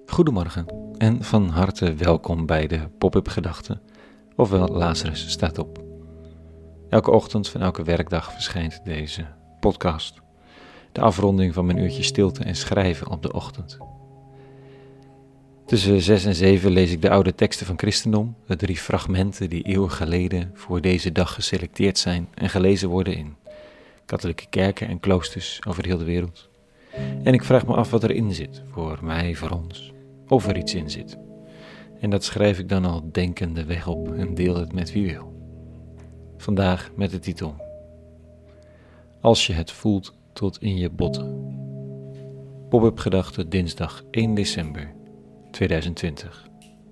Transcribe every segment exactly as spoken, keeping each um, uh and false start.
Goedemorgen en van harte welkom bij de Pop-up Gedachten, ofwel Lazarus staat op. Elke ochtend van elke werkdag verschijnt deze podcast, de afronding van mijn uurtje stilte en schrijven op de ochtend. Tussen zes en zeven lees ik de oude teksten van christendom, de drie fragmenten die eeuwen geleden voor deze dag geselecteerd zijn en gelezen worden in katholieke kerken en kloosters over heel de wereld. En ik vraag me af wat erin zit, voor mij, voor ons, of er iets in zit. En dat schrijf ik dan al denkende weg op en deel het met wie wil. Vandaag met de titel: Als je het voelt tot in je botten. Pop-up Gedachten, dinsdag één december tweeduizend twintig.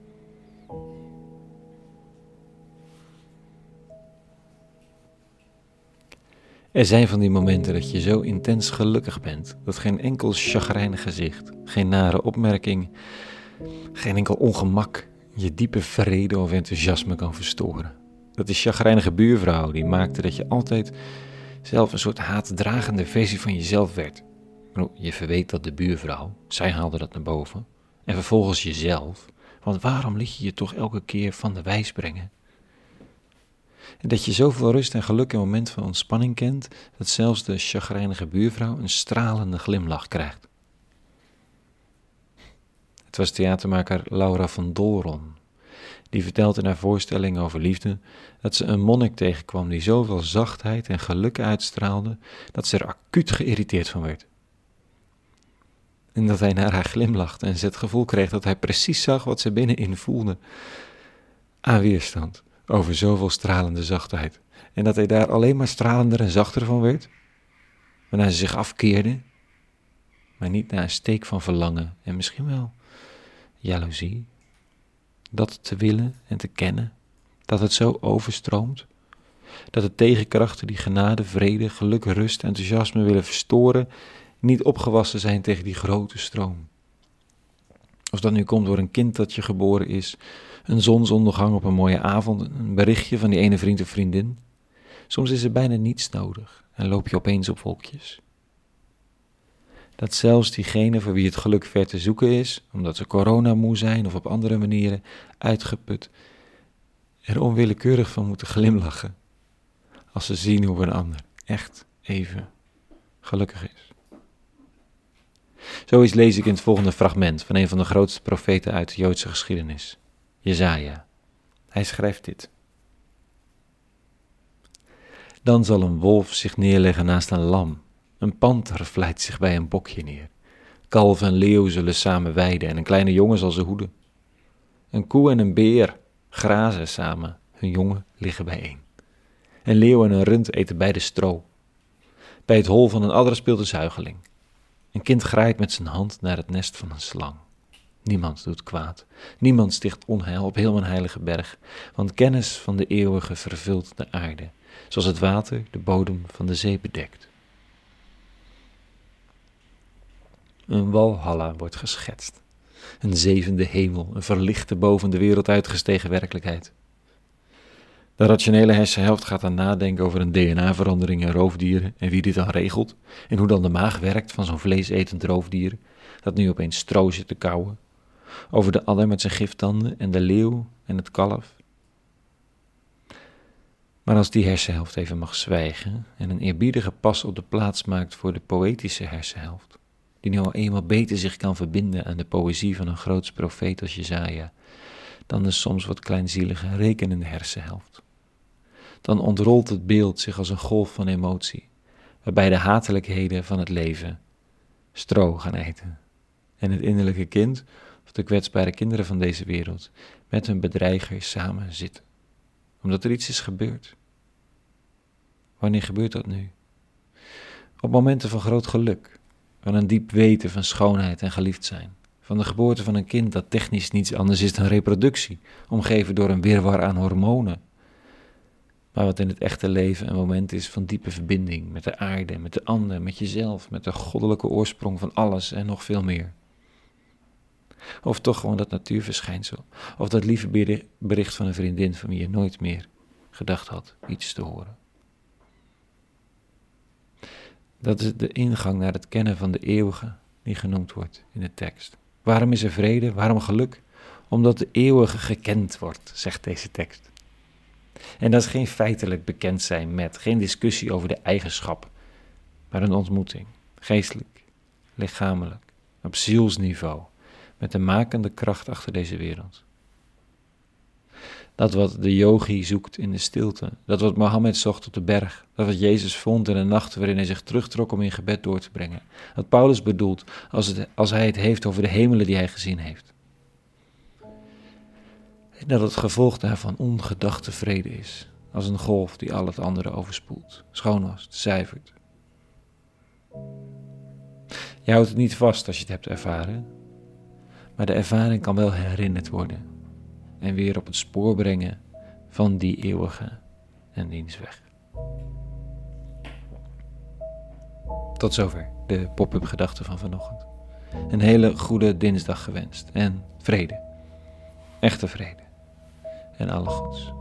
Er zijn van die momenten dat je zo intens gelukkig bent, dat geen enkel chagrijnig gezicht, geen nare opmerking, geen enkel ongemak je diepe vrede of enthousiasme kan verstoren. Dat die chagrijnige buurvrouw die maakte dat je altijd zelf een soort haatdragende versie van jezelf werd. Je verweet dat de buurvrouw, zij haalde dat naar boven, en vervolgens jezelf, want waarom liet je je toch elke keer van de wijs brengen? En dat je zoveel rust en geluk in moment van ontspanning kent, dat zelfs de chagrijnige buurvrouw een stralende glimlach krijgt. Het was theatermaker Laura van Dolron, die vertelt in haar voorstelling over liefde dat ze een monnik tegenkwam die zoveel zachtheid en geluk uitstraalde, dat ze er acuut geïrriteerd van werd. En dat hij naar haar glimlachte en ze het gevoel kreeg dat hij precies zag wat ze binnenin voelde aan weerstand over zoveel stralende zachtheid. En dat hij daar alleen maar stralender en zachter van werd, waarna ze zich afkeerde, maar niet naar een steek van verlangen en misschien wel jaloezie. Dat te willen en te kennen, dat het zo overstroomt, dat de tegenkrachten die genade, vrede, geluk, rust, enthousiasme willen verstoren, niet opgewassen zijn tegen die grote stroom. Of dat nu komt door een kind dat je geboren is, een zonsondergang op een mooie avond, een berichtje van die ene vriend of vriendin. Soms is er bijna niets nodig en loop je opeens op wolkjes. Dat zelfs diegene voor wie het geluk ver te zoeken is, omdat ze coronamoe zijn of op andere manieren uitgeput, er onwillekeurig van moeten glimlachen als ze zien hoe een ander echt even gelukkig is. Zoiets lees ik in het volgende fragment van een van de grootste profeten uit de Joodse geschiedenis, Jesaja. Hij schrijft dit: Dan zal een wolf zich neerleggen naast een lam, een panter vlijt zich bij een bokje neer. Kalf en leeuw zullen samen weiden en een kleine jongen zal ze hoeden. Een koe en een beer grazen samen, hun jongen liggen bijeen. Een leeuw en een rund eten beide stro. Bij het hol van een adder speelt een zuigeling. Een kind graait met zijn hand naar het nest van een slang. Niemand doet kwaad, niemand sticht onheil op heel mijn heilige berg, want kennis van de eeuwige vervult de aarde, zoals het water de bodem van de zee bedekt. Een walhalla wordt geschetst, een zevende hemel, een verlichte boven de wereld uitgestegen werkelijkheid. De rationele hersenhelft gaat dan nadenken over een D N A-verandering in roofdieren en wie dit dan regelt en hoe dan de maag werkt van zo'n vleesetend roofdier dat nu opeens stro zit te kauwen. Over de adder met zijn giftanden en de leeuw en het kalf. Maar als die hersenhelft even mag zwijgen en een eerbiedige pas op de plaats maakt voor de poëtische hersenhelft, die nu al eenmaal beter zich kan verbinden aan de poëzie van een groots profeet als Jesaja, dan de soms wat kleinzielige rekenende hersenhelft. Dan ontrolt het beeld zich als een golf van emotie, waarbij de hatelijkheden van het leven stro gaan eten. En het innerlijke kind, of de kwetsbare kinderen van deze wereld, met hun bedreiger samen zitten. Omdat er iets is gebeurd. Wanneer gebeurt dat nu? Op momenten van groot geluk, van een diep weten van schoonheid en geliefd zijn. Van de geboorte van een kind dat technisch niets anders is dan reproductie, omgeven door een wirwar aan hormonen. Maar wat in het echte leven een moment is van diepe verbinding met de aarde, met de ander, met jezelf, met de goddelijke oorsprong van alles en nog veel meer. Of toch gewoon dat natuurverschijnsel, of dat lieve bericht van een vriendin van wie je nooit meer gedacht had iets te horen. Dat is de ingang naar het kennen van de eeuwige die genoemd wordt in de tekst. Waarom is er vrede? Waarom geluk? Omdat de eeuwige gekend wordt, zegt deze tekst. En dat is geen feitelijk bekend zijn met, geen discussie over de eigenschap, maar een ontmoeting, geestelijk, lichamelijk, op zielsniveau, met de makende kracht achter deze wereld. Dat wat de yogi zoekt in de stilte, dat wat Mohammed zocht op de berg, dat wat Jezus vond in de nacht waarin hij zich terugtrok om in gebed door te brengen. Wat Paulus bedoelt als, het, als hij het heeft over de hemelen die hij gezien heeft. En dat het gevolg daarvan ongedachte vrede is, als een golf die al het andere overspoelt, schoonwast, zuivert. Je houdt het niet vast als je het hebt ervaren, maar de ervaring kan wel herinnerd worden en weer op het spoor brengen van die eeuwige en diens weg. Tot zover de pop-up gedachten van vanochtend. Een hele goede dinsdag gewenst en vrede, echte vrede en alle goeds.